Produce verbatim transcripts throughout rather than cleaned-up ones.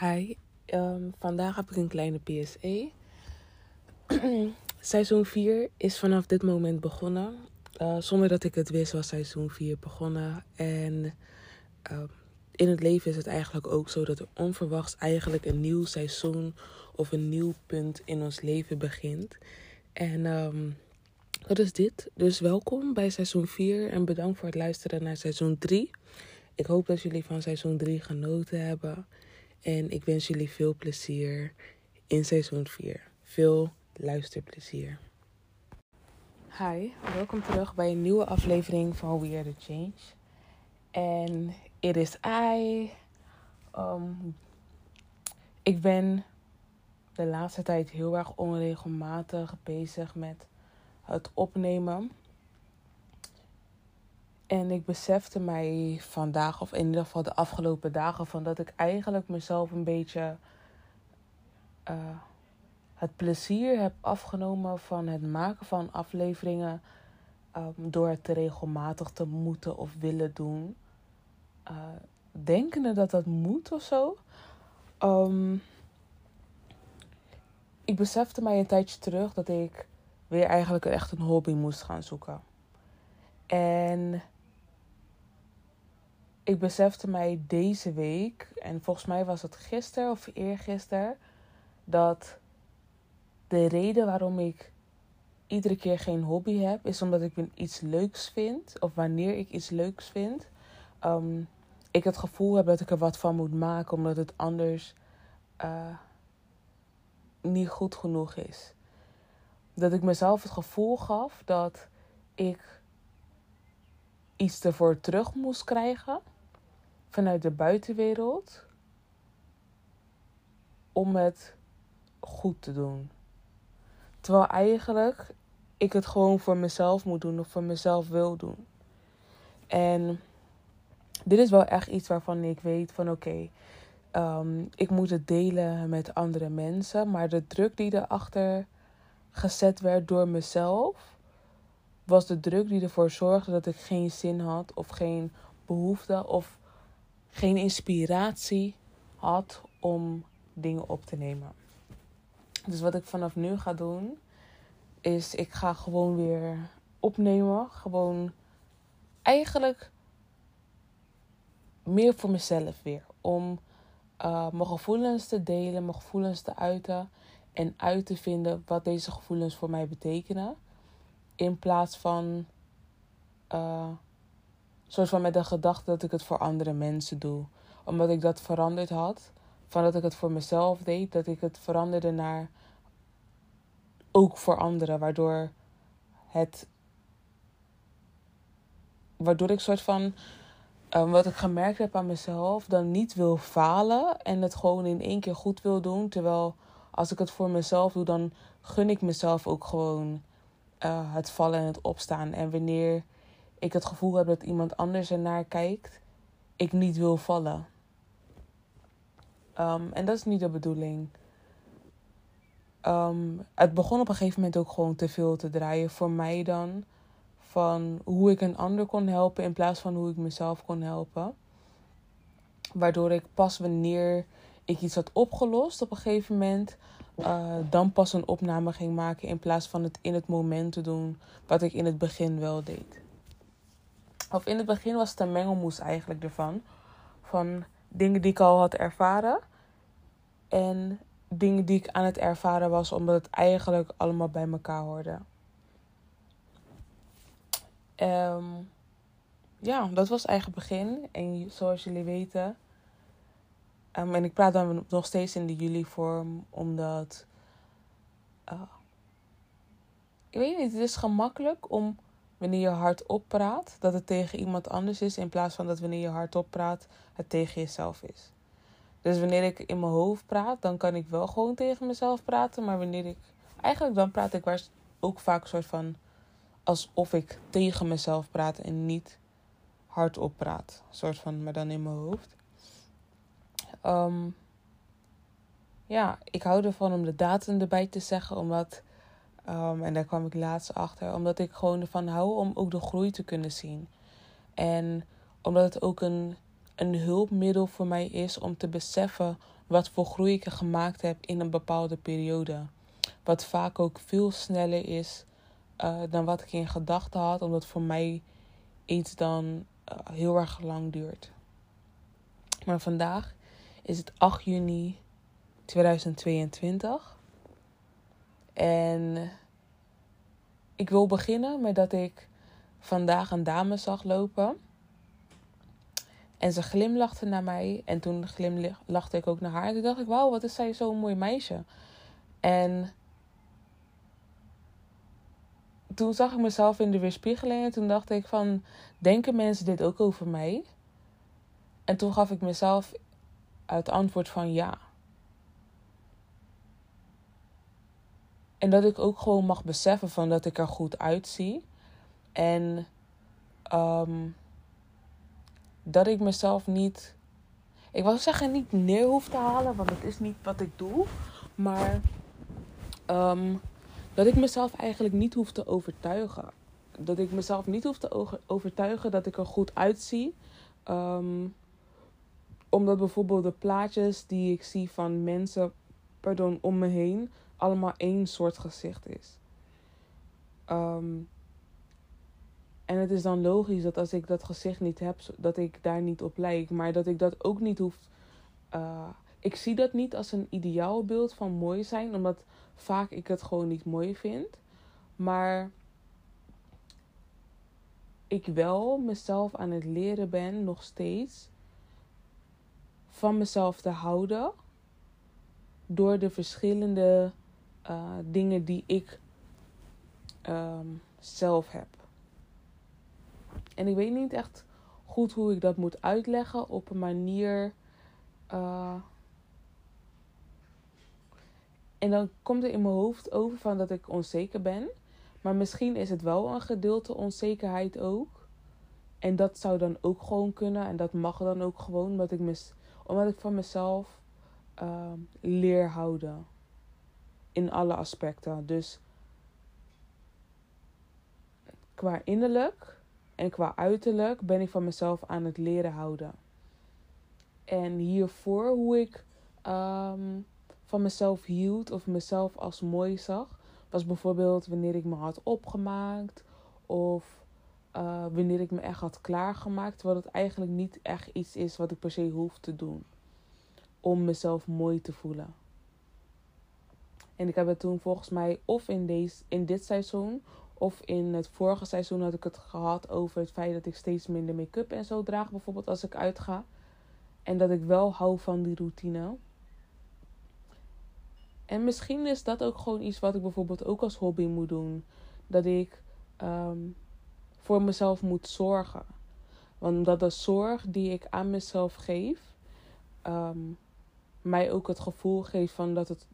Hi, um, vandaag heb ik een kleine P S A. Seizoen vier is vanaf dit moment begonnen. Uh, zonder dat ik het wist was seizoen vier begonnen. En uh, in het leven is het eigenlijk ook zo dat er onverwachts eigenlijk een nieuw seizoen of een nieuw punt in ons leven begint. En um, dat is dit. Dus welkom bij seizoen vier en bedankt voor het luisteren naar seizoen drie. Ik hoop dat jullie van seizoen drie genoten hebben. En ik wens jullie veel plezier in seizoen vier. Veel luisterplezier. Hi, welkom terug bij een nieuwe aflevering van We Are The Change. En it is I. Um, ik ben de laatste tijd heel erg onregelmatig bezig met het opnemen. En ik besefte mij vandaag, of in ieder geval de afgelopen dagen, van dat ik eigenlijk mezelf een beetje uh, het plezier heb afgenomen van het maken van afleveringen. Um, door het te regelmatig te moeten of willen doen. Uh, denkende dat dat moet of zo. Um, ik besefte mij een tijdje terug dat ik weer eigenlijk echt een hobby moest gaan zoeken. En ik besefte mij deze week, en volgens mij was het gisteren of eergisteren, dat de reden waarom ik iedere keer geen hobby heb, is omdat ik iets leuks vind, of wanneer ik iets leuks vind, um, ik het gevoel heb dat ik er wat van moet maken, omdat het anders uh, niet goed genoeg is. Dat ik mezelf het gevoel gaf dat ik iets ervoor terug moest krijgen vanuit de buitenwereld om het goed te doen. Terwijl eigenlijk ik het gewoon voor mezelf moet doen of voor mezelf wil doen. En dit is wel echt iets waarvan ik weet van oké, okay, um, ik moet het delen met andere mensen. Maar de druk die erachter gezet werd door mezelf, was de druk die ervoor zorgde dat ik geen zin had of geen behoefte of geen inspiratie had om dingen op te nemen. Dus wat ik vanaf nu ga doen, is ik ga gewoon weer opnemen. Gewoon eigenlijk meer voor mezelf weer. Om uh, mijn gevoelens te delen, mijn gevoelens te uiten. En uit te vinden wat deze gevoelens voor mij betekenen. In plaats van Uh, soort van met de gedachte dat ik het voor andere mensen doe. Omdat ik dat veranderd had. Van dat ik het voor mezelf deed. Dat ik het veranderde naar ook voor anderen. Waardoor het... Waardoor ik soort van... Uh, wat ik gemerkt heb aan mezelf. Dan niet wil falen. En het gewoon in één keer goed wil doen. Terwijl als ik het voor mezelf doe. Dan gun ik mezelf ook gewoon uh, het vallen en het opstaan. En wanneer ik het gevoel heb dat iemand anders ernaar kijkt, ik niet wil vallen. Um, en dat is niet de bedoeling. Um, het begon op een gegeven moment ook gewoon te veel te draaien. Voor mij dan. Van hoe ik een ander kon helpen in plaats van hoe ik mezelf kon helpen. Waardoor ik pas wanneer ik iets had opgelost op een gegeven moment, Uh, dan pas een opname ging maken in plaats van het in het moment te doen wat ik in het begin wel deed. Of in het begin was het een mengelmoes eigenlijk ervan. Van dingen die ik al had ervaren. En dingen die ik aan het ervaren was. Omdat het eigenlijk allemaal bij elkaar hoorde. Um, ja, dat was eigenlijk het begin. En zoals jullie weten. Um, en ik praat dan nog steeds in de jullie vorm. Omdat. Uh, ik weet niet, het is gemakkelijk om wanneer je hardop praat, dat het tegen iemand anders is, in plaats van dat wanneer je hardop praat, het tegen jezelf is. Dus wanneer ik in mijn hoofd praat, dan kan ik wel gewoon tegen mezelf praten. Maar wanneer ik... Eigenlijk dan praat ik ook vaak soort van alsof ik tegen mezelf praat en niet hardop praat. Soort van, maar dan in mijn hoofd. Um, ja, ik hou ervan om de datum erbij te zeggen, omdat... Um, en daar kwam ik laatst achter. Omdat ik gewoon ervan hou om ook de groei te kunnen zien. En omdat het ook een een hulpmiddel voor mij is om te beseffen wat voor groei ik gemaakt heb in een bepaalde periode. Wat vaak ook veel sneller is uh, dan wat ik in gedachten had, omdat voor mij iets dan uh, heel erg lang duurt. Maar vandaag is het acht juni tweeduizend tweeëntwintig. En ik wil beginnen met dat ik vandaag een dame zag lopen. En ze glimlachte naar mij. En toen glimlachte ik ook naar haar. En toen dacht ik, wauw, wat is zij zo'n mooi meisje. En toen zag ik mezelf in de weerspiegeling. En toen dacht ik van, denken mensen dit ook over mij? En toen gaf ik mezelf het antwoord van ja. En dat ik ook gewoon mag beseffen van dat ik er goed uitzie. En um, dat ik mezelf niet... Ik wou zeggen niet neer hoef te halen, want dat is niet wat ik doe. Maar um, dat ik mezelf eigenlijk niet hoef te overtuigen. Dat ik mezelf niet hoef te overtuigen dat ik er goed uitzie. Um, omdat bijvoorbeeld de plaatjes die ik zie van mensen, pardon, om me heen, allemaal één soort gezicht is. Um, en het is dan logisch dat als ik dat gezicht niet heb, dat ik daar niet op lijk. Maar dat ik dat ook niet hoef... Uh, ik zie dat niet als een ideaalbeeld van mooi zijn, omdat vaak ik het gewoon niet mooi vind. Maar ik wel mezelf aan het leren ben, nog steeds, van mezelf te houden. Door de verschillende uh, dingen die ik um, zelf heb. En ik weet niet echt goed hoe ik dat moet uitleggen op een manier... Uh... En dan komt er in mijn hoofd over van dat ik onzeker ben. Maar misschien is het wel een gedeelte onzekerheid ook. En dat zou dan ook gewoon kunnen. En dat mag dan ook gewoon. Omdat ik, mis... omdat ik van mezelf uh, leer houden. In alle aspecten. Dus qua innerlijk en qua uiterlijk ben ik van mezelf aan het leren houden. En hiervoor hoe ik um, van mezelf hield of mezelf als mooi zag, was bijvoorbeeld wanneer ik me had opgemaakt of uh, wanneer ik me echt had klaargemaakt, terwijl het eigenlijk niet echt iets is wat ik per se hoef te doen om mezelf mooi te voelen. En ik heb het toen volgens mij of in, deze, in dit seizoen of in het vorige seizoen had ik het gehad over het feit dat ik steeds minder make-up en zo draag, bijvoorbeeld als ik uitga. En dat ik wel hou van die routine. En misschien is dat ook gewoon iets wat ik bijvoorbeeld ook als hobby moet doen. Dat ik um, voor mezelf moet zorgen. Want dat de zorg die ik aan mezelf geef, um, mij ook het gevoel geeft van dat het,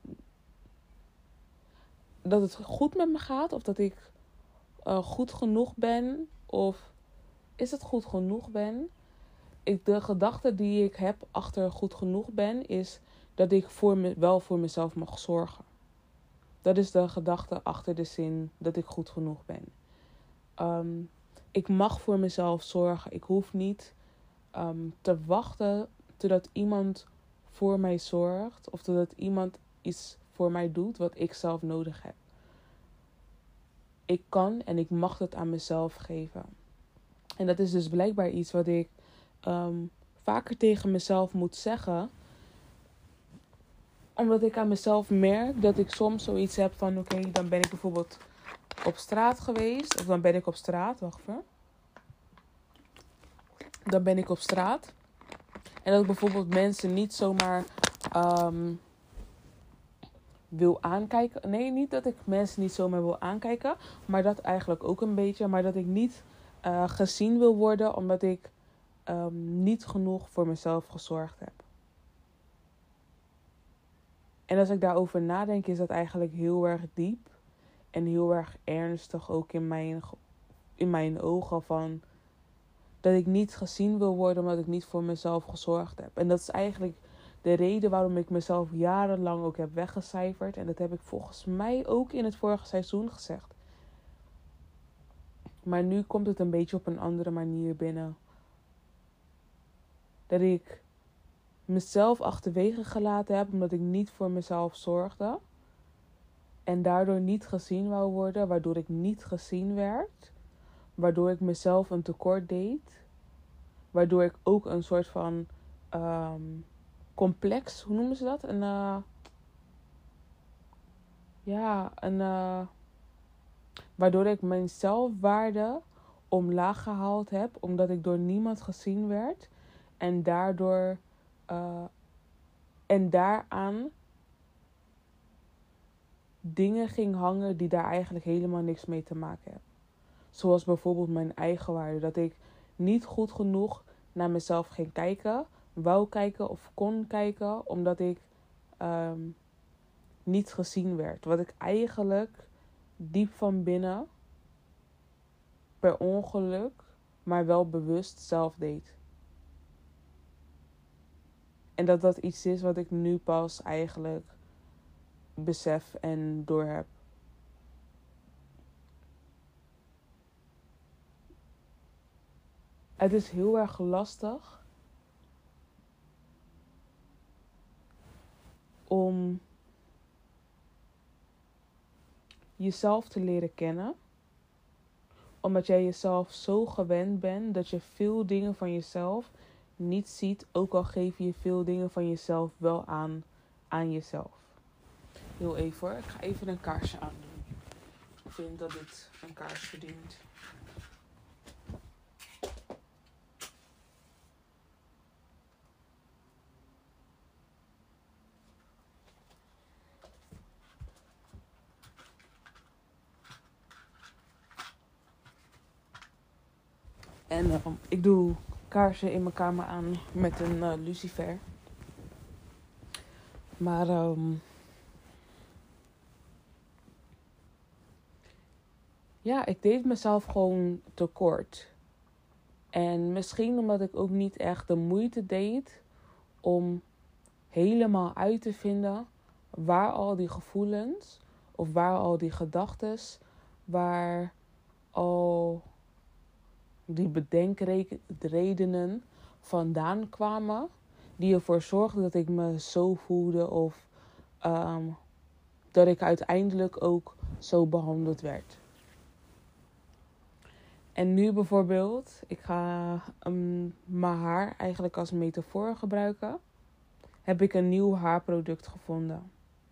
dat het goed met me gaat. Of dat ik uh, goed genoeg ben. Of is het goed genoeg ben? Ik, de gedachte die ik heb achter goed genoeg ben, is dat ik voor me, wel voor mezelf mag zorgen. Dat is de gedachte achter de zin dat ik goed genoeg ben. Um, ik mag voor mezelf zorgen. Ik hoef niet um, te wachten totdat iemand voor mij zorgt. Of totdat iemand iets voor mij doet wat ik zelf nodig heb. Ik kan en ik mag het aan mezelf geven. En dat is dus blijkbaar iets wat ik um, vaker tegen mezelf moet zeggen. Omdat ik aan mezelf merk dat ik soms zoiets heb van... Oké, okay, dan ben ik bijvoorbeeld op straat geweest. Of dan ben ik op straat. Wacht even. Dan ben ik op straat. En dat ik bijvoorbeeld mensen niet zomaar um, wil aankijken. Nee, niet dat ik mensen niet zomaar wil aankijken. Maar dat eigenlijk ook een beetje. Maar dat ik niet uh, gezien wil worden. Omdat ik um, niet genoeg voor mezelf gezorgd heb. En als ik daarover nadenk, is dat eigenlijk heel erg diep. En heel erg ernstig ook in mijn, in mijn ogen van... Dat ik niet gezien wil worden omdat ik niet voor mezelf gezorgd heb. En dat is eigenlijk de reden waarom ik mezelf jarenlang ook heb weggecijferd. En dat heb ik volgens mij ook in het vorige seizoen gezegd. Maar nu komt het een beetje op een andere manier binnen. dat ik mezelf achterwege gelaten heb omdat ik niet voor mezelf zorgde. En daardoor niet gezien wou worden, waardoor ik niet gezien werd. Waardoor ik mezelf een tekort deed. Waardoor ik ook een soort van um, complex, hoe noemen ze dat? Een, uh, ja, een, uh, waardoor ik mijn zelfwaarde omlaag gehaald heb, omdat ik door niemand gezien werd. En daardoor, uh, en daaraan dingen ging hangen die daar eigenlijk helemaal niks mee te maken hebben. Zoals bijvoorbeeld mijn eigenwaarde. Dat ik niet goed genoeg naar mezelf ging kijken, wou kijken of kon kijken, omdat ik um, niet gezien werd. Wat ik eigenlijk diep van binnen, per ongeluk, maar wel bewust zelf deed. En dat dat iets is wat ik nu pas eigenlijk besef en doorheb. Het is heel erg lastig om jezelf te leren kennen. Omdat jij jezelf zo gewend bent dat je veel dingen van jezelf niet ziet. Ook al geef je veel dingen van jezelf wel aan, aan jezelf. Heel even hoor, ik ga even een kaarsje aandoen. Ik vind dat dit een kaars verdient. En uh, ik doe kaarsen in mijn kamer aan met een uh, lucifer. Maar um, ja, ik deed mezelf gewoon tekort. En misschien omdat ik ook niet echt de moeite deed om helemaal uit te vinden waar al die gevoelens of waar al die gedachtes, waar al die bedenkredenen vandaan kwamen, die ervoor zorgden dat ik me zo voelde of um, dat ik uiteindelijk ook zo behandeld werd. En nu bijvoorbeeld, ik ga um, mijn haar eigenlijk als metafoor gebruiken, heb ik een nieuw haarproduct gevonden.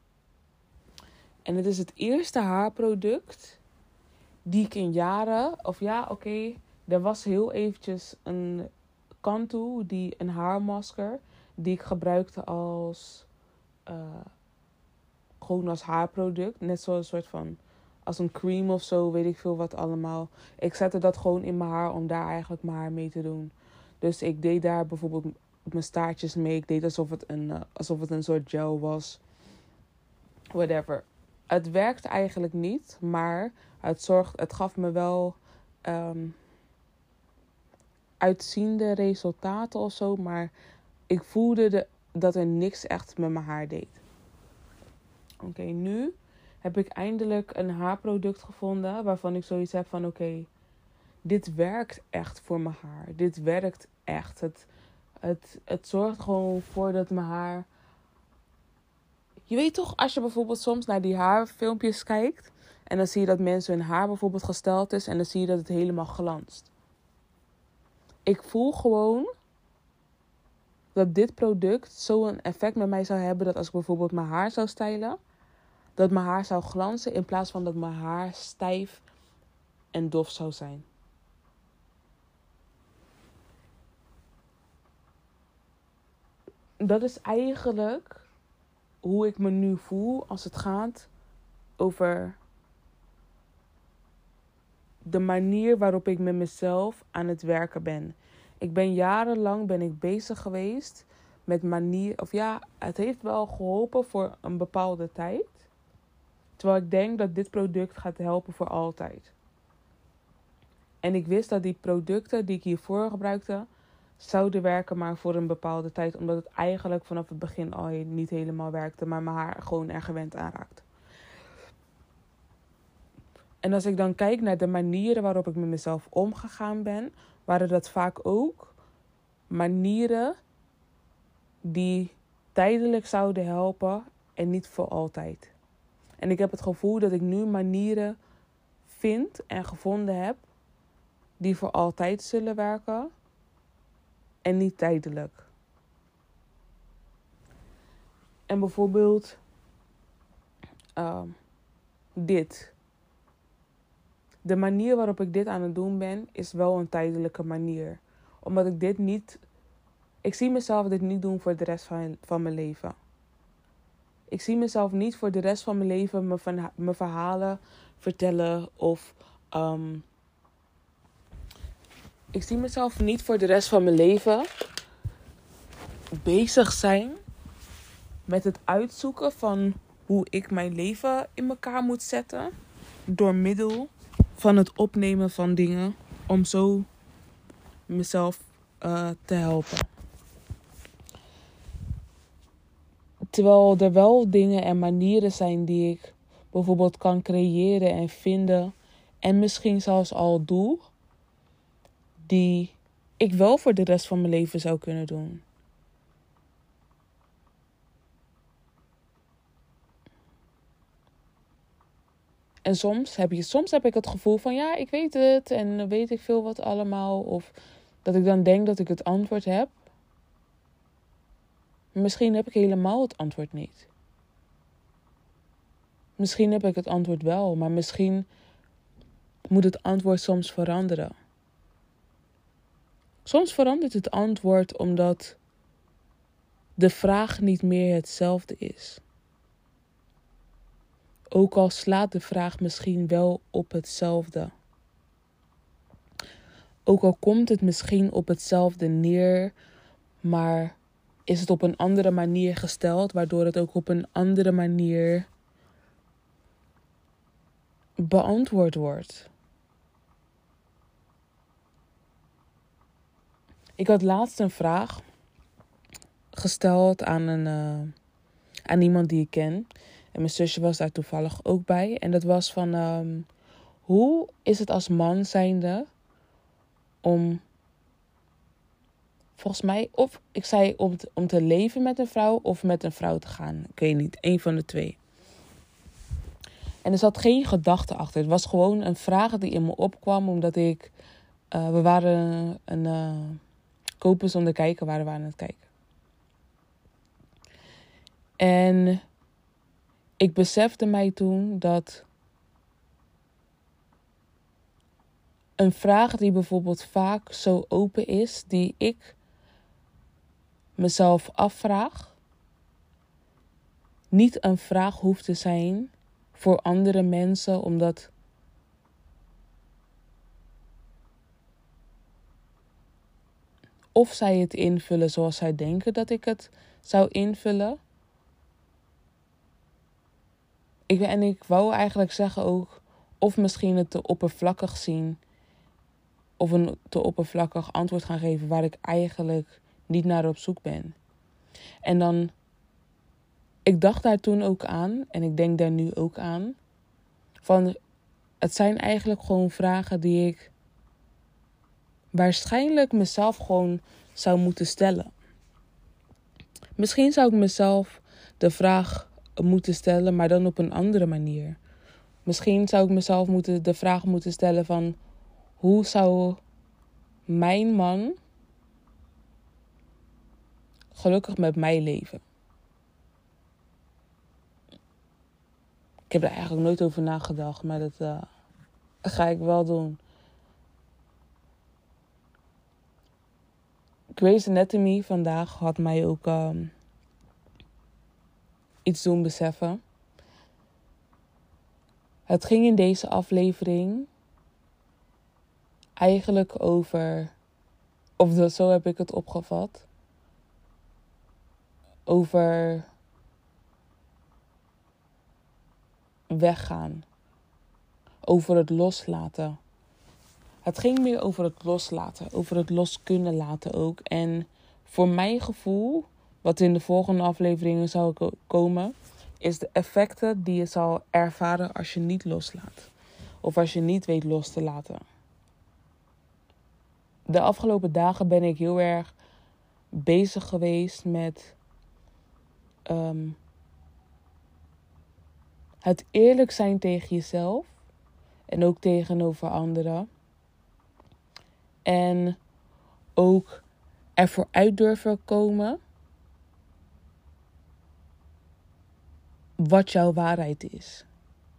En het is het eerste haarproduct die ik in jaren, of ja, oké, okay, er was heel eventjes een Cantu, die een haarmasker, die ik gebruikte als, uh, gewoon als haarproduct. Net zoals een soort van, als een cream of zo, weet ik veel wat allemaal. Ik zette dat gewoon in mijn haar om daar eigenlijk mijn haar mee te doen. Dus ik deed daar bijvoorbeeld mijn staartjes mee. Ik deed alsof het een, uh, alsof het een soort gel was. Whatever. Het werkte eigenlijk niet, maar het, zorgde, het gaf me wel um, uitziende resultaten of zo. Maar ik voelde de, dat er niks echt met mijn haar deed. Oké, okay, nu heb ik eindelijk een haarproduct gevonden waarvan ik zoiets heb van oké, okay, dit werkt echt voor mijn haar. Dit werkt echt. Het, het, het zorgt gewoon voor dat mijn haar... Je weet toch, als je bijvoorbeeld soms naar die haarfilmpjes kijkt en dan zie je dat mensen hun haar bijvoorbeeld gesteld is en dan zie je dat het helemaal glanst. Ik voel gewoon dat dit product zo'n effect met mij zou hebben dat als ik bijvoorbeeld mijn haar zou stylen, dat mijn haar zou glanzen in plaats van dat mijn haar stijf en dof zou zijn. Dat is eigenlijk hoe ik me nu voel als het gaat over de manier waarop ik met mezelf aan het werken ben. Ik ben jarenlang ben ik bezig geweest met manier, of ja, het heeft wel geholpen voor een bepaalde tijd. Terwijl ik denk dat dit product gaat helpen voor altijd. En ik wist dat die producten die ik hiervoor gebruikte zouden werken, maar voor een bepaalde tijd. Omdat het eigenlijk vanaf het begin al niet helemaal werkte, maar mijn haar gewoon er gewend aan raakte. En als ik dan kijk naar de manieren waarop ik met mezelf omgegaan ben, waren dat vaak ook manieren die tijdelijk zouden helpen en niet voor altijd. En ik heb het gevoel dat ik nu manieren vind en gevonden heb die voor altijd zullen werken en niet tijdelijk. En bijvoorbeeld uh, dit. De manier waarop ik dit aan het doen ben is wel een tijdelijke manier. Omdat ik dit niet... Ik zie mezelf dit niet doen voor de rest van, van mijn leven. Ik zie mezelf niet voor de rest van mijn leven mijn, van, mijn verhalen vertellen. Of um, ik zie mezelf niet voor de rest van mijn leven bezig zijn met het uitzoeken van hoe ik mijn leven in elkaar moet zetten. Door middel van het opnemen van dingen. Om zo mezelf uh, te helpen. Terwijl er wel dingen en manieren zijn die ik bijvoorbeeld kan creëren en vinden. En misschien zelfs al doe. Die ik wel voor de rest van mijn leven zou kunnen doen. En soms heb, je, soms heb ik het gevoel van ja, ik weet het. En weet ik veel wat allemaal. Of dat ik dan denk dat ik het antwoord heb. Misschien heb ik helemaal het antwoord niet. Misschien heb ik het antwoord wel, maar misschien moet het antwoord soms veranderen. Soms verandert het antwoord omdat de vraag niet meer hetzelfde is. Ook al slaat de vraag misschien wel op hetzelfde. Ook al komt het misschien op hetzelfde neer, maar is het op een andere manier gesteld, waardoor het ook op een andere manier beantwoord wordt. Ik had laatst een vraag gesteld aan, een, uh, aan iemand die ik ken. En mijn zusje was daar toevallig ook bij. En dat was van, um, hoe is het als man zijnde om, volgens mij, of ik zei om te, om te leven met een vrouw of met een vrouw te gaan. Ik weet niet, één van de twee. En er zat geen gedachte achter. Het was gewoon een vraag die in me opkwam omdat ik, uh, we waren een uh, kopen zonder kijken, waren we aan het kijken. En ik besefte mij toen dat een vraag die bijvoorbeeld vaak zo open is, die ik mezelf afvraag, niet een vraag hoeft te zijn voor andere mensen, omdat of zij het invullen zoals zij denken dat ik het zou invullen. Ik, en ik wou eigenlijk zeggen ook, of misschien het te oppervlakkig zien, of een te oppervlakkig antwoord gaan geven waar ik eigenlijk niet naar op zoek ben. En dan, ik dacht daar toen ook aan, en ik denk daar nu ook aan, van het zijn eigenlijk gewoon vragen die ik waarschijnlijk mezelf gewoon zou moeten stellen. Misschien zou ik mezelf de vraag moeten stellen, maar dan op een andere manier. Misschien zou ik mezelf moeten, de vraag moeten stellen van, hoe zou mijn man gelukkig met mij leven? Ik heb er eigenlijk nooit over nagedacht, maar dat uh, ga ik wel doen. Grey's Anatomy vandaag had mij ook um, iets doen beseffen. Het ging in deze aflevering eigenlijk over, of dat, zo heb ik het opgevat, over weggaan. Over het loslaten. Het ging meer over het loslaten. Over het los kunnen laten ook. En voor mijn gevoel, wat in de volgende afleveringen zou komen, is de effecten die je zal ervaren als je niet loslaat. Of als je niet weet los te laten. De afgelopen dagen ben ik heel erg bezig geweest met Um, het eerlijk zijn tegen jezelf. En ook tegenover anderen. En ook ervoor uit durven komen wat jouw waarheid is.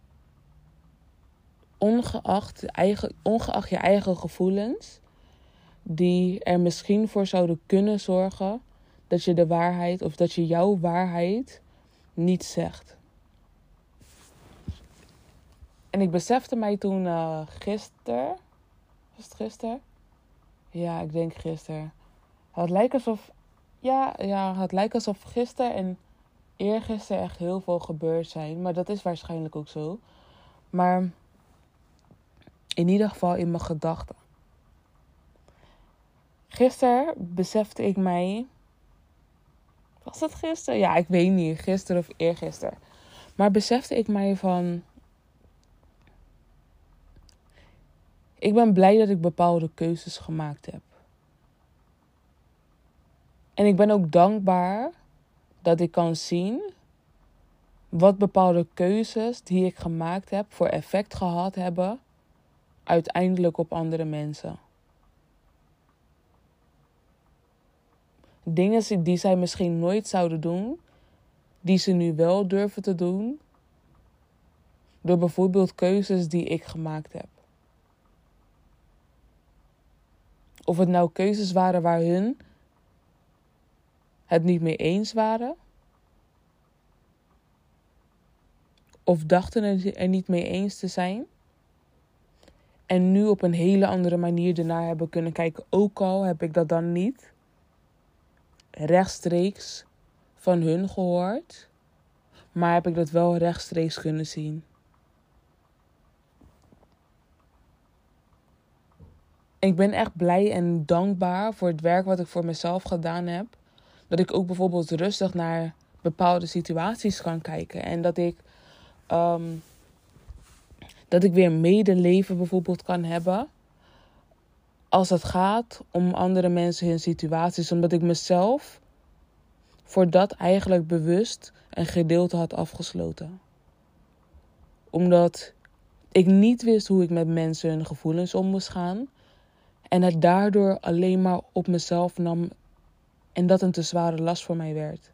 Ongeacht, eigen, ongeacht je eigen gevoelens, die er misschien voor zouden kunnen zorgen dat je de waarheid of dat je jouw waarheid niet zegt. En ik besefte mij toen uh, gisteren, was het gisteren? Ja, ik denk gisteren. Het lijkt alsof, ja, ja, het lijkt alsof gisteren en eergisteren echt heel veel gebeurd zijn. Maar dat is waarschijnlijk ook zo. Maar in ieder geval in mijn gedachten. Gisteren besefte ik mij... Was het gisteren? Ja, ik weet niet. Gisteren of eergisteren. Maar besefte ik mij van... Ik ben blij dat ik bepaalde keuzes gemaakt heb. En ik ben ook dankbaar dat ik kan zien wat bepaalde keuzes die ik gemaakt heb voor effect gehad hebben uiteindelijk op andere mensen. Dingen die zij misschien nooit zouden doen, die ze nu wel durven te doen, door bijvoorbeeld keuzes die ik gemaakt heb. Of het nou keuzes waren waar hun het niet mee eens waren, of dachten er niet mee eens te zijn, en nu op een hele andere manier ernaar hebben kunnen kijken, ook al heb ik dat dan niet rechtstreeks van hun gehoord, maar heb ik dat wel rechtstreeks kunnen zien. Ik ben echt blij en dankbaar voor het werk wat ik voor mezelf gedaan heb. Dat ik ook bijvoorbeeld rustig naar bepaalde situaties kan kijken. En dat ik, um, dat ik weer medeleven bijvoorbeeld kan hebben. Als het gaat om andere mensen hun situaties. Omdat ik mezelf voor dat eigenlijk bewust een gedeelte had afgesloten. Omdat ik niet wist hoe ik met mensen hun gevoelens om moest gaan. En het daardoor alleen maar op mezelf nam. En dat een te zware last voor mij werd.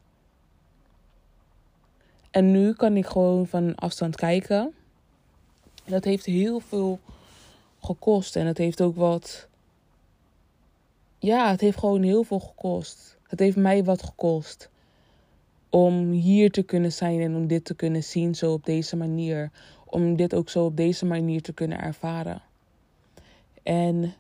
En nu kan ik gewoon van afstand kijken. Dat heeft heel veel gekost. En het heeft ook wat... Ja, het heeft gewoon heel veel gekost. Het heeft mij wat gekost. Om hier te kunnen zijn en om dit te kunnen zien zo op deze manier. Om dit ook zo op deze manier te kunnen ervaren. En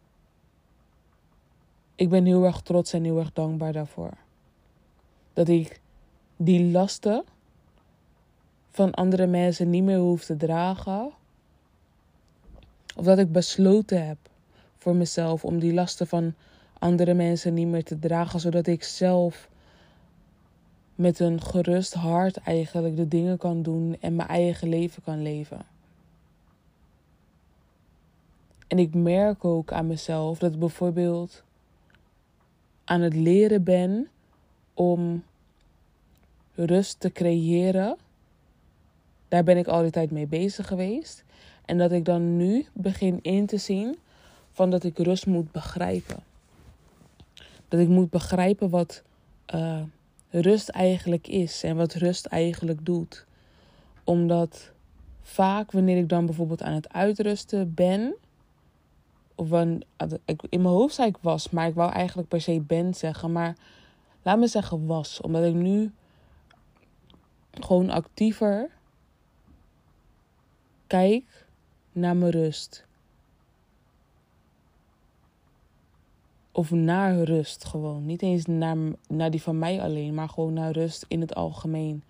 ik ben heel erg trots en heel erg dankbaar daarvoor. Dat ik die lasten van andere mensen niet meer hoef te dragen. Of dat ik besloten heb voor mezelf om die lasten van andere mensen niet meer te dragen. Zodat ik zelf met een gerust hart eigenlijk de dingen kan doen en mijn eigen leven kan leven. En ik merk ook aan mezelf dat ik bijvoorbeeld aan het leren ben om rust te creëren. Daar ben ik al die tijd mee bezig geweest. En dat ik dan nu begin in te zien van dat ik rust moet begrijpen. Dat ik moet begrijpen wat uh, rust eigenlijk is en wat rust eigenlijk doet. Omdat vaak wanneer ik dan bijvoorbeeld aan het uitrusten ben, of een, in mijn hoofd zei ik was, maar ik wou eigenlijk per se ben zeggen. Maar laat me zeggen was, omdat ik nu gewoon actiever kijk naar mijn rust. Of naar rust gewoon. Niet eens naar, naar die van mij alleen, maar gewoon naar rust in het algemeen.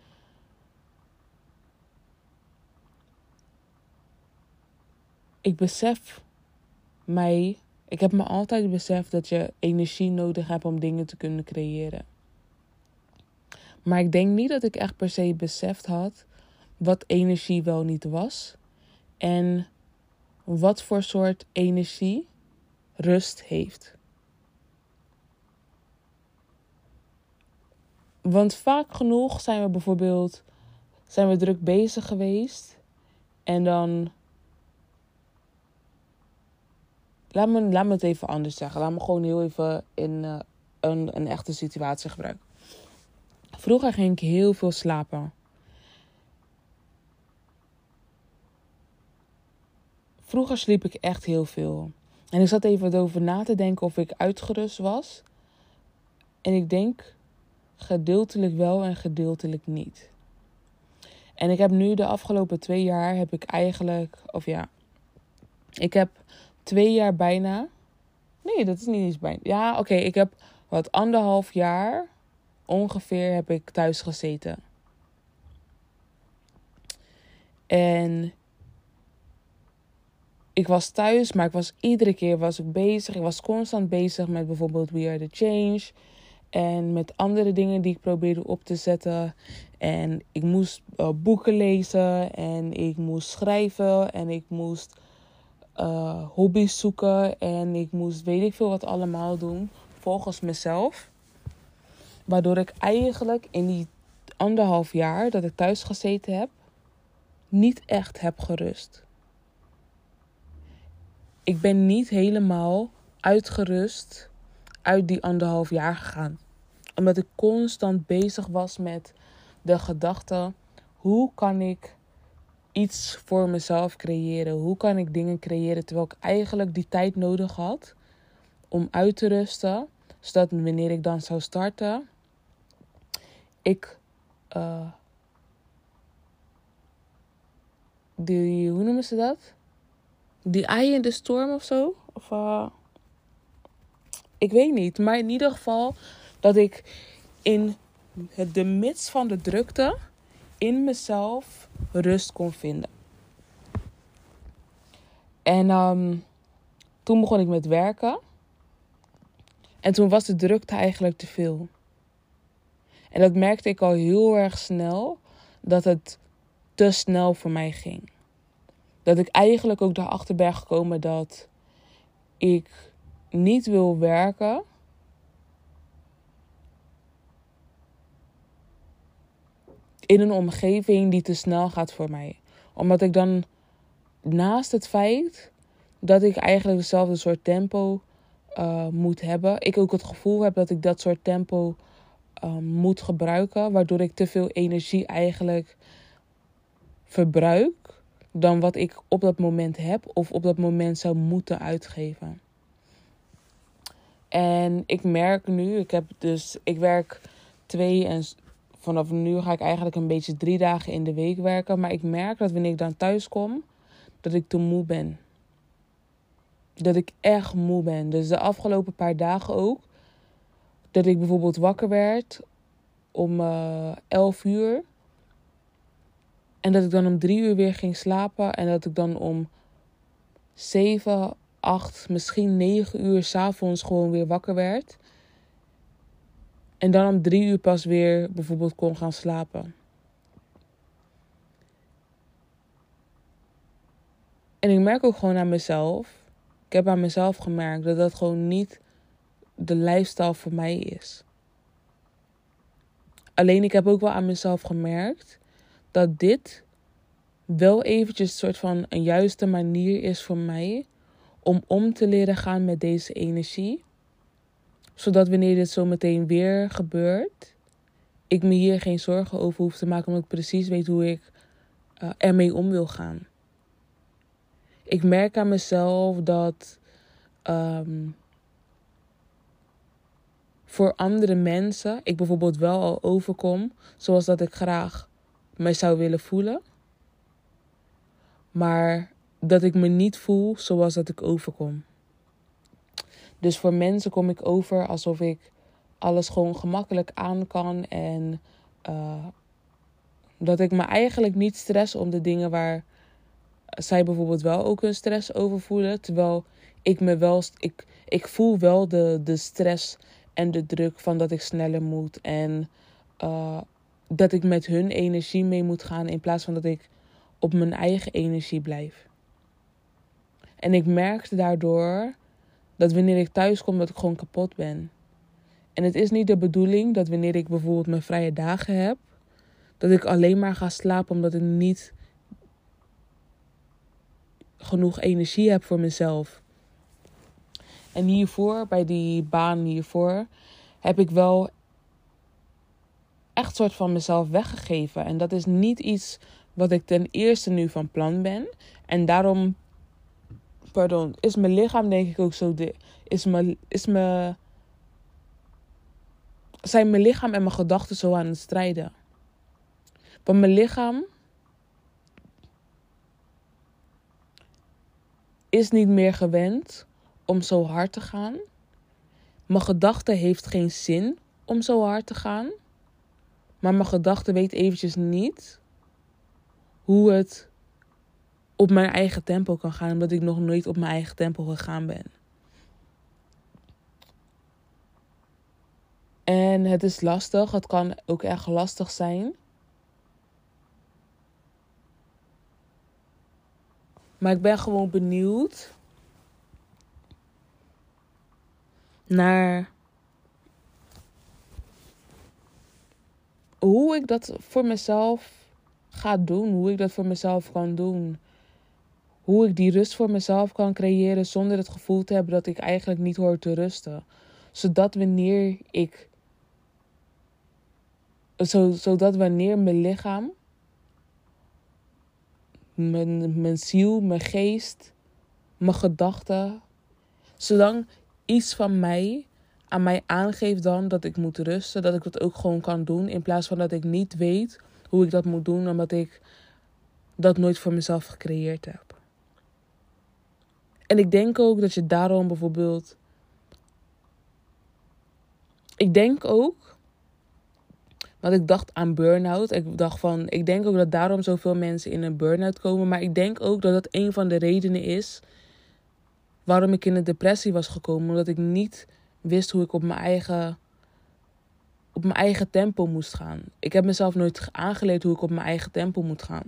Ik besef mij, ik heb me altijd beseft dat je energie nodig hebt om dingen te kunnen creëren. Maar ik denk niet dat ik echt per se beseft had wat energie wel niet was. En wat voor soort energie rust heeft. Want vaak genoeg zijn we bijvoorbeeld zijn we druk bezig geweest. En dan... Laat me, laat me het even anders zeggen. Laat me gewoon heel even in uh, een, een echte situatie gebruiken. Vroeger ging ik heel veel slapen. Vroeger sliep ik echt heel veel. En ik zat even over na te denken of ik uitgerust was. En ik denk gedeeltelijk wel en gedeeltelijk niet. En ik heb nu de afgelopen twee jaar heb ik eigenlijk... Of ja, ik heb twee jaar bijna... Nee, dat is niet eens bijna. Ja, oké, okay, ik heb wat anderhalf jaar ongeveer heb ik thuis gezeten. En ik was thuis, maar ik was iedere keer was ik bezig. Ik was constant bezig met bijvoorbeeld We Are The Change. En met andere dingen die ik probeerde op te zetten. En ik moest uh, boeken lezen. En ik moest schrijven. En ik moest uh, hobby's zoeken. En ik moest weet ik veel wat allemaal doen. Volgens mezelf. Waardoor ik eigenlijk in die anderhalf jaar dat ik thuis gezeten heb. Niet echt heb gerust. Ik ben niet helemaal uitgerust uit die anderhalf jaar gegaan. Omdat ik constant bezig was met de gedachte... Hoe kan ik iets voor mezelf creëren? Hoe kan ik dingen creëren terwijl ik eigenlijk die tijd nodig had om uit te rusten? Zodat wanneer ik dan zou starten, ik... Uh, die, hoe noemen ze dat? Die eye in de storm of zo? Of... Uh, Ik weet niet, maar in ieder geval dat ik in de midst van de drukte in mezelf rust kon vinden. En um, toen begon ik met werken. En toen was de drukte eigenlijk te veel. En dat merkte ik al heel erg snel, dat het te snel voor mij ging. Dat ik eigenlijk ook daarachter ben gekomen dat ik niet wil werken in een omgeving die te snel gaat voor mij. Omdat ik dan naast het feit dat ik eigenlijk dezelfde soort tempo uh, moet hebben, ik ook het gevoel heb dat ik dat soort tempo uh, moet gebruiken, waardoor ik te veel energie eigenlijk verbruik dan wat ik op dat moment heb of op dat moment zou moeten uitgeven. En ik merk nu, ik heb dus, ik werk twee en vanaf nu ga ik eigenlijk een beetje drie dagen in de week werken. Maar ik merk dat wanneer ik dan thuis kom, dat ik te moe ben. Dat ik echt moe ben. Dus de afgelopen paar dagen ook, dat ik bijvoorbeeld wakker werd om uh, elf uur. En dat ik dan om drie uur weer ging slapen. En dat ik dan om zeven, acht, misschien negen uur 's avonds gewoon weer wakker werd. En dan om drie uur pas weer bijvoorbeeld kon gaan slapen. En ik merk ook gewoon aan mezelf. Ik heb aan mezelf gemerkt dat dat gewoon niet de lifestyle voor mij is. Alleen ik heb ook wel aan mezelf gemerkt dat dit wel eventjes een soort van een juiste manier is voor mij om om te leren gaan met deze energie. Zodat wanneer dit zo meteen weer gebeurt, ik me hier geen zorgen over hoef te maken, omdat ik precies weet hoe ik uh, ermee om wil gaan. Ik merk aan mezelf dat um, voor andere mensen ik bijvoorbeeld wel al overkom zoals dat ik graag mij zou willen voelen. Maar dat ik me niet voel zoals dat ik overkom. Dus voor mensen kom ik over alsof ik alles gewoon gemakkelijk aan kan. En uh, dat ik me eigenlijk niet stress om de dingen waar zij bijvoorbeeld wel ook hun stress over voelen. Terwijl ik me wel, ik, ik voel wel de, de stress en de druk van dat ik sneller moet. En uh, dat ik met hun energie mee moet gaan in plaats van dat ik op mijn eigen energie blijf. En ik merkte daardoor dat wanneer ik thuis kom dat ik gewoon kapot ben. En het is niet de bedoeling dat wanneer ik bijvoorbeeld mijn vrije dagen heb, dat ik alleen maar ga slapen omdat ik niet genoeg energie heb voor mezelf. En hiervoor, bij die baan hiervoor, heb ik wel echt soort van mezelf weggegeven. En dat is niet iets wat ik ten eerste nu van plan ben. En daarom, pardon, is mijn lichaam denk ik ook zo, de, is mijn, is mijn, zijn mijn lichaam en mijn gedachten zo aan het strijden. Want mijn lichaam is niet meer gewend om zo hard te gaan. Mijn gedachte heeft geen zin om zo hard te gaan. Maar mijn gedachte weet eventjes niet hoe het op mijn eigen tempo kan gaan. Omdat ik nog nooit op mijn eigen tempo gegaan ben. En het is lastig. Het kan ook echt lastig zijn. Maar ik ben gewoon benieuwd naar hoe ik dat voor mezelf ga doen. Hoe ik dat voor mezelf kan doen. Hoe ik die rust voor mezelf kan creëren zonder het gevoel te hebben dat ik eigenlijk niet hoor te rusten. Zodat wanneer ik... Zodat wanneer mijn lichaam, mijn, mijn ziel, mijn geest, mijn gedachten, zolang iets van mij aan mij aangeeft dan dat ik moet rusten, dat ik dat ook gewoon kan doen. In plaats van dat ik niet weet hoe ik dat moet doen, omdat ik dat nooit voor mezelf gecreëerd heb. En ik denk ook dat je daarom bijvoorbeeld... Ik denk ook... Want ik dacht aan burn-out. Ik dacht van, ik denk ook dat daarom zoveel mensen in een burn-out komen. Maar ik denk ook dat dat een van de redenen is waarom ik in een depressie was gekomen. Omdat ik niet wist hoe ik op mijn eigen, op mijn eigen tempo moest gaan. Ik heb mezelf nooit aangeleerd hoe ik op mijn eigen tempo moet gaan.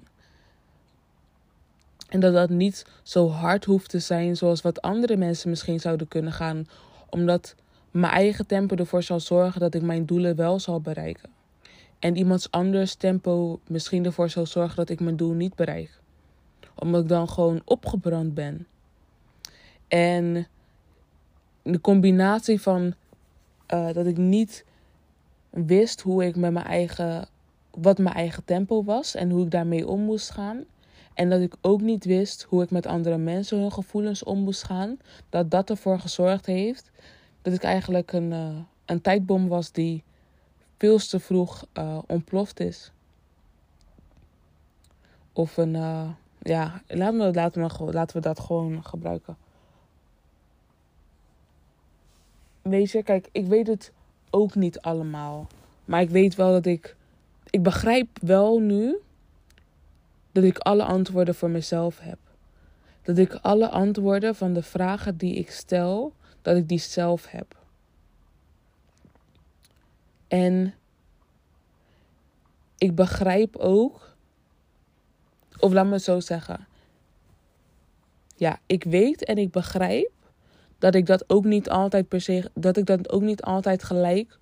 En dat dat niet zo hard hoeft te zijn zoals wat andere mensen misschien zouden kunnen gaan. Omdat mijn eigen tempo ervoor zal zorgen dat ik mijn doelen wel zal bereiken. En iemands anders tempo misschien ervoor zal zorgen dat ik mijn doel niet bereik. Omdat ik dan gewoon opgebrand ben. En de combinatie van uh, dat ik niet wist hoe ik met mijn eigen, wat mijn eigen tempo was en hoe ik daarmee om moest gaan. En dat ik ook niet wist hoe ik met andere mensen hun gevoelens om moest gaan. Dat dat ervoor gezorgd heeft dat ik eigenlijk een, uh, een tijdbom was die veel te vroeg uh, ontploft is. Of een, uh, ja, laten we, laten, we, laten we dat gewoon gebruiken. Weet je, kijk, ik weet het ook niet allemaal. Maar ik weet wel dat ik, ik begrijp wel nu dat ik alle antwoorden voor mezelf heb. Dat ik alle antwoorden van de vragen die ik stel, dat ik die zelf heb. En ik begrijp ook, of laat me het zo zeggen. Ja, ik weet en ik begrijp dat ik dat ook niet altijd per se, dat ik dat ook niet altijd gelijk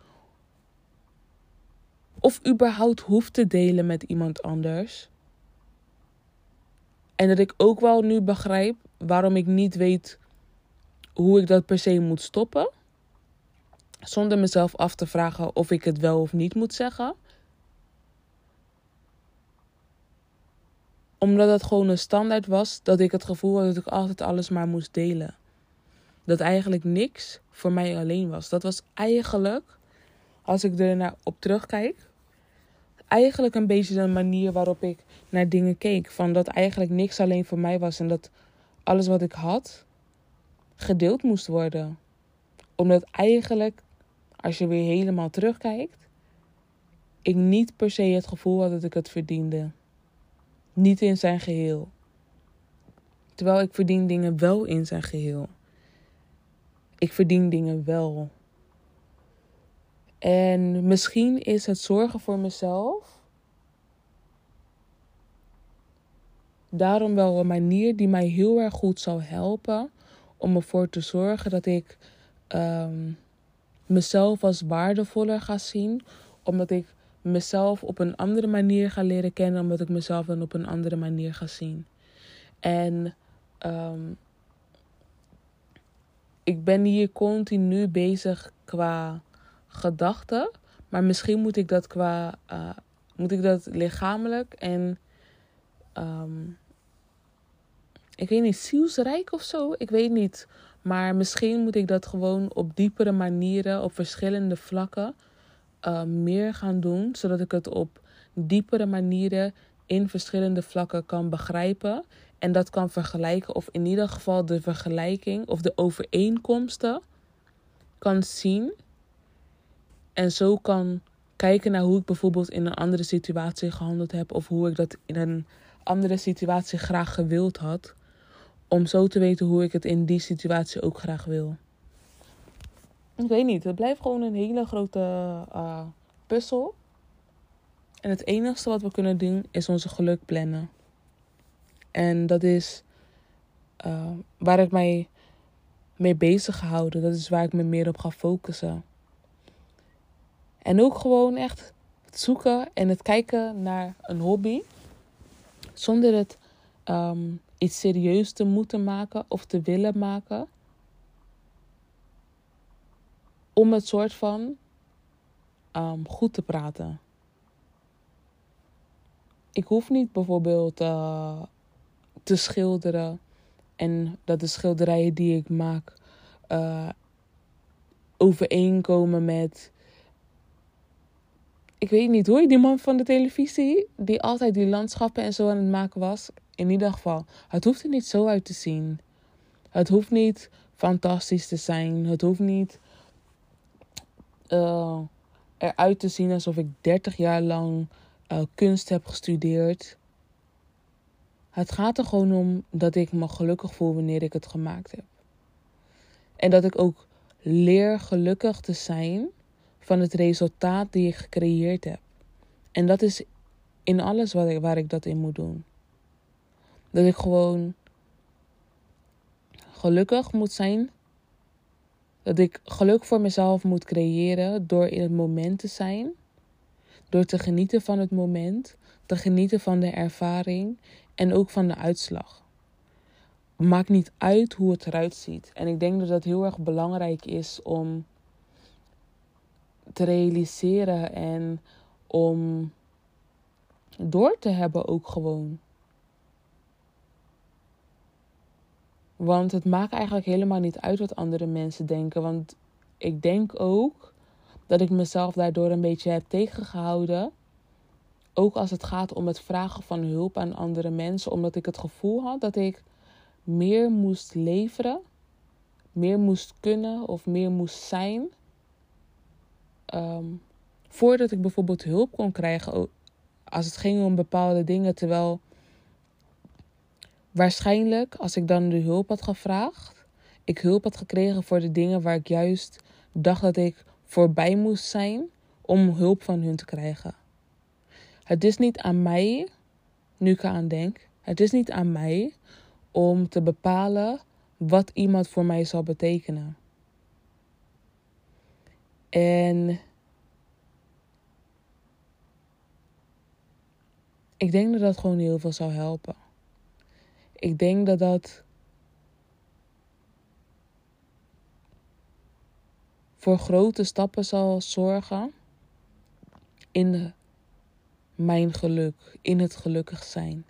of überhaupt hoef te delen met iemand anders. En dat ik ook wel nu begrijp waarom ik niet weet hoe ik dat per se moet stoppen. Zonder mezelf af te vragen of ik het wel of niet moet zeggen. Omdat het gewoon een standaard was dat ik het gevoel had dat ik altijd alles maar moest delen. Dat eigenlijk niks voor mij alleen was. Dat was eigenlijk, als ik er naar op terugkijk, eigenlijk een beetje de manier waarop ik naar dingen keek. Van dat eigenlijk niks alleen voor mij was en dat alles wat ik had gedeeld moest worden. Omdat eigenlijk, als je weer helemaal terugkijkt, ik niet per se het gevoel had dat ik het verdiende. Niet in zijn geheel. Terwijl ik verdien dingen wel in zijn geheel. Ik verdien dingen wel. En misschien is het zorgen voor mezelf daarom wel een manier die mij heel erg goed zou helpen om ervoor te zorgen dat ik um, mezelf als waardevoller ga zien. Omdat ik mezelf op een andere manier ga leren kennen. Omdat ik mezelf dan op een andere manier ga zien. En um, ik ben hier continu bezig qua gedachten. Maar misschien moet ik dat qua uh, moet ik dat lichamelijk en um, ik weet niet, zielsrijk of zo. Ik weet niet. Maar misschien moet ik dat gewoon op diepere manieren, op verschillende vlakken uh, meer gaan doen. Zodat ik het op diepere manieren in verschillende vlakken kan begrijpen. En dat kan vergelijken. Of in ieder geval de vergelijking of de overeenkomsten kan zien. En zo kan kijken naar hoe ik bijvoorbeeld in een andere situatie gehandeld heb. Of hoe ik dat in een andere situatie graag gewild had. Om zo te weten hoe ik het in die situatie ook graag wil. Ik weet niet, het blijft gewoon een hele grote uh, puzzel. En het enigste wat we kunnen doen is onze geluk plannen. En dat is uh, waar ik mij mee bezig ga houden. Dat is waar ik me meer op ga focussen. En ook gewoon echt het zoeken en het kijken naar een hobby. Zonder het um, iets serieus te moeten maken of te willen maken. Om het soort van um, goed te praten. Ik hoef niet bijvoorbeeld uh, te schilderen. En dat de schilderijen die ik maak uh, overeenkomen met... Ik weet niet hoor, die man van de televisie die altijd die landschappen en zo aan het maken was. In ieder geval, het hoeft er niet zo uit te zien. Het hoeft niet fantastisch te zijn. Het hoeft niet uh, eruit te zien alsof ik dertig jaar lang uh, kunst heb gestudeerd. Het gaat er gewoon om dat ik me gelukkig voel wanneer ik het gemaakt heb. En dat ik ook leer gelukkig te zijn van het resultaat die ik gecreëerd heb. En dat is in alles wat ik, waar ik dat in moet doen. Dat ik gewoon gelukkig moet zijn. Dat ik geluk voor mezelf moet creëren door in het moment te zijn. Door te genieten van het moment. Te genieten van de ervaring. En ook van de uitslag. Maakt niet uit hoe het eruit ziet. En ik denk dat dat heel erg belangrijk is om te realiseren en om door te hebben ook gewoon. Want het maakt eigenlijk helemaal niet uit wat andere mensen denken. Want ik denk ook dat ik mezelf daardoor een beetje heb tegengehouden. Ook als het gaat om het vragen van hulp aan andere mensen. Omdat ik het gevoel had dat ik meer moest leveren. Meer moest kunnen of meer moest zijn. Um, voordat ik bijvoorbeeld hulp kon krijgen. Als het ging om bepaalde dingen. Terwijl waarschijnlijk als ik dan de hulp had gevraagd. Ik hulp had gekregen voor de dingen waar ik juist dacht dat ik voorbij moest zijn. Om hulp van hun te krijgen. Het is niet aan mij, nu ik eraan denk. Het is niet aan mij om te bepalen wat iemand voor mij zal betekenen. En ik denk dat dat gewoon heel veel zou helpen. Ik denk dat dat voor grote stappen zal zorgen in de, mijn geluk, in het gelukkig zijn.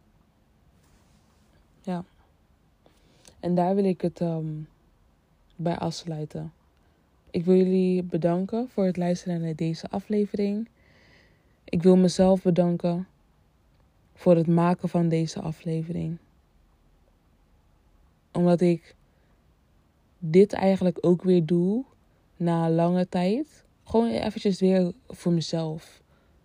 Ja. En daar wil ik het um, bij afsluiten. Ik wil jullie bedanken voor het luisteren naar deze aflevering. Ik wil mezelf bedanken voor het maken van deze aflevering. Omdat ik dit eigenlijk ook weer doe na lange tijd. Gewoon eventjes weer voor mezelf.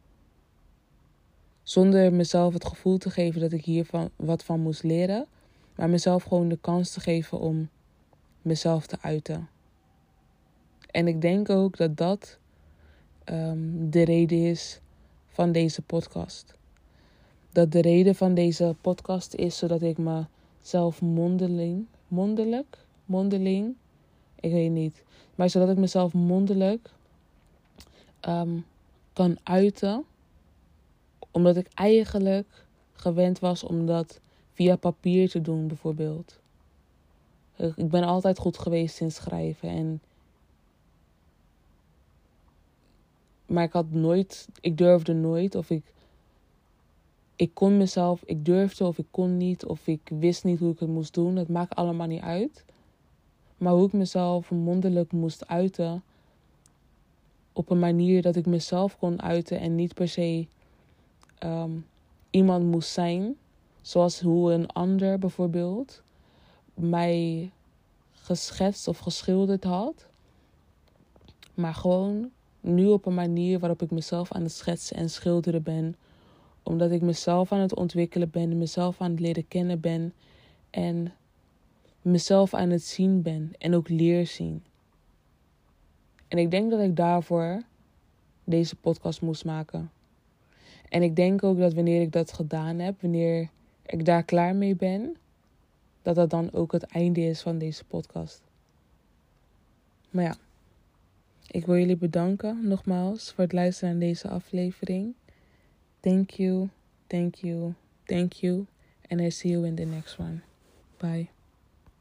Zonder mezelf het gevoel te geven dat ik hier van, wat van moest leren. Maar mezelf gewoon de kans te geven om mezelf te uiten. En ik denk ook dat dat um, de reden is van deze podcast. Dat de reden van deze podcast is zodat ik mezelf mondeling, mondelijk, mondeling Ik weet niet. Maar zodat ik mezelf mondelijk um, kan uiten. Omdat ik eigenlijk gewend was om dat via papier te doen bijvoorbeeld. Ik ben altijd goed geweest in schrijven. En maar ik had nooit, ik durfde nooit of ik, ik kon mezelf, ik durfde of ik kon niet of ik wist niet hoe ik het moest doen. Het maakt allemaal niet uit. Maar hoe ik mezelf mondelijk moest uiten op een manier dat ik mezelf kon uiten en niet per se um, iemand moest zijn. Zoals hoe een ander bijvoorbeeld mij geschetst of geschilderd had. Maar gewoon nu op een manier waarop ik mezelf aan het schetsen en schilderen ben. Omdat ik mezelf aan het ontwikkelen ben, mezelf aan het leren kennen ben. En mezelf aan het zien ben en ook leer zien. En ik denk dat ik daarvoor deze podcast moest maken. En ik denk ook dat wanneer ik dat gedaan heb, wanneer ik daar klaar mee ben, dat dat dan ook het einde is van deze podcast. Maar ja, ik wil jullie bedanken nogmaals voor het luisteren naar deze aflevering. Thank you, thank you, thank you. And I see you in the next one. Bye.